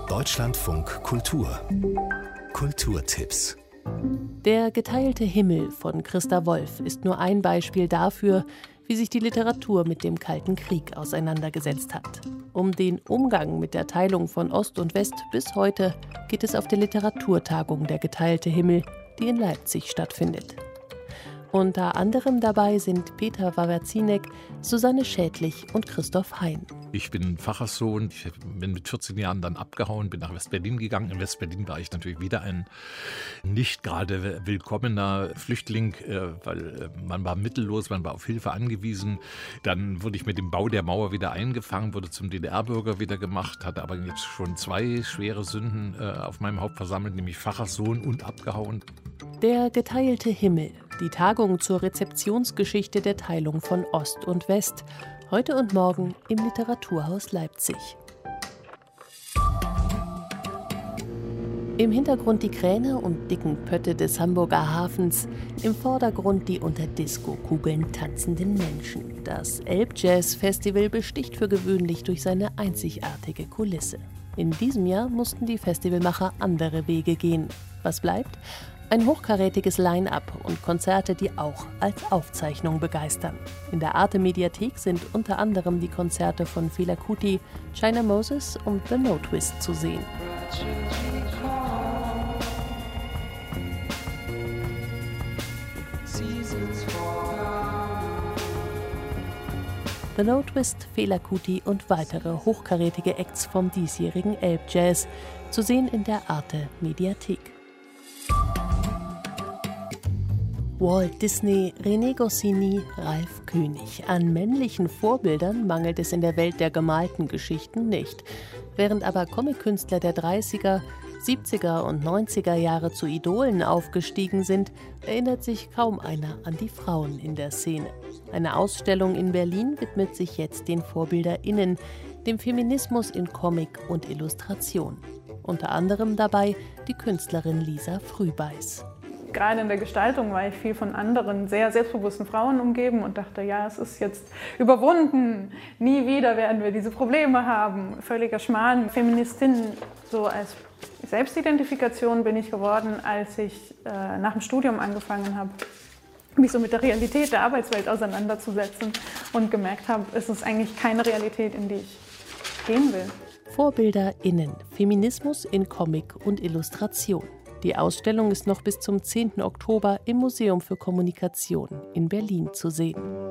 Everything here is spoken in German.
Deutschlandfunk Kultur. Kulturtipps. Der geteilte Himmel von Christa Wolf ist nur ein Beispiel dafür, wie sich die Literatur mit dem Kalten Krieg auseinandergesetzt hat. Um den Umgang mit der Teilung von Ost und West bis heute geht es auf der Literaturtagung Der geteilte Himmel, die in Leipzig stattfindet. Unter anderem dabei sind Peter Wawerzinek, Susanne Schädlich und Christoph Hein. Ich bin Pfarrerssohn. Ich bin mit 14 Jahren dann abgehauen, bin nach West-Berlin gegangen. In West-Berlin war ich natürlich wieder ein nicht gerade willkommener Flüchtling, weil man war mittellos, man war auf Hilfe angewiesen. Dann wurde ich mit dem Bau der Mauer wieder eingefangen, wurde zum DDR-Bürger wieder gemacht, hatte aber jetzt schon 2 schwere Sünden auf meinem Haupt versammelt, nämlich Pfarrerssohn und abgehauen. Der geteilte Himmel, die Tagung zur Rezeptionsgeschichte der Teilung von Ost und West. Heute und morgen im Literaturhaus Leipzig. Im Hintergrund die Kräne und dicken Pötte des Hamburger Hafens, im Vordergrund die unter Disco-Kugeln tanzenden Menschen. Das Elbjazz-Festival besticht für gewöhnlich durch seine einzigartige Kulisse. In diesem Jahr mussten die Festivalmacher andere Wege gehen. Was bleibt? Ein hochkarätiges Line-up und Konzerte, die auch als Aufzeichnung begeistern. In der Arte-Mediathek sind unter anderem die Konzerte von Fela Kuti, China Moses und The No Twist zu sehen. The No Twist, Fela Kuti und weitere hochkarätige Acts vom diesjährigen Elbjazz, zu sehen in der Arte-Mediathek. Walt Disney, René Goscinny, Ralf König. An männlichen Vorbildern mangelt es in der Welt der gemalten Geschichten nicht. Während aber Comic-Künstler der 30er, 70er und 90er Jahre zu Idolen aufgestiegen sind, erinnert sich kaum einer an die Frauen in der Szene. Eine Ausstellung in Berlin widmet sich jetzt den VorbilderInnen, dem Feminismus in Comic und Illustration. Unter anderem dabei die Künstlerin Lisa Frühbeiß. Gerade in der Gestaltung war ich viel von anderen sehr selbstbewussten Frauen umgeben und dachte, ja, es ist jetzt überwunden. Nie wieder werden wir diese Probleme haben. Völliger Schmarrn. Feministin, so als Selbstidentifikation bin ich geworden, als ich nach dem Studium angefangen habe, mich so mit der Realität der Arbeitswelt auseinanderzusetzen und gemerkt habe, es ist eigentlich keine Realität, in die ich gehen will. VorbilderInnen, Feminismus in Comic und Illustration. Die Ausstellung ist noch bis zum 10. Oktober im Museum für Kommunikation in Berlin zu sehen.